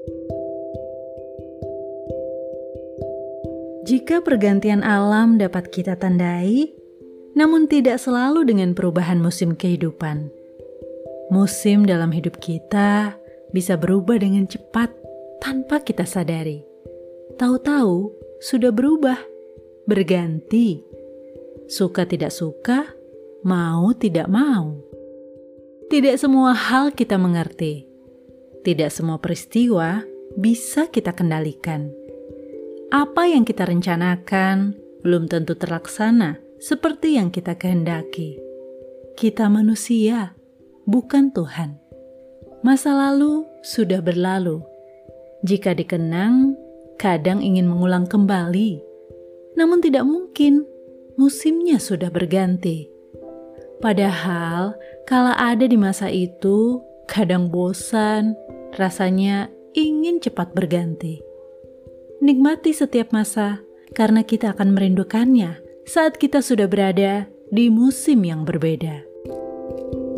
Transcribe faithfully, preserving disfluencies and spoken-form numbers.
Jika pergantian alam dapat kita tandai, namun tidak selalu dengan perubahan musim kehidupan. Musim dalam hidup kita bisa berubah dengan cepat tanpa kita sadari. Tahu-tahu sudah berubah, berganti. Suka tidak suka, mau tidak mau. Tidak semua hal kita mengerti. Tidak semua peristiwa bisa kita kendalikan. Apa yang kita rencanakan belum tentu terlaksana seperti yang kita kehendaki. Kita manusia, bukan Tuhan. Masa lalu sudah berlalu. Jika dikenang, kadang ingin mengulang kembali. Namun tidak mungkin, musimnya sudah berganti. Padahal, kala ada di masa itu, kadang bosan, rasanya ingin cepat berganti. Nikmati setiap masa, karena kita akan merindukannya saat kita sudah berada di musim yang berbeda.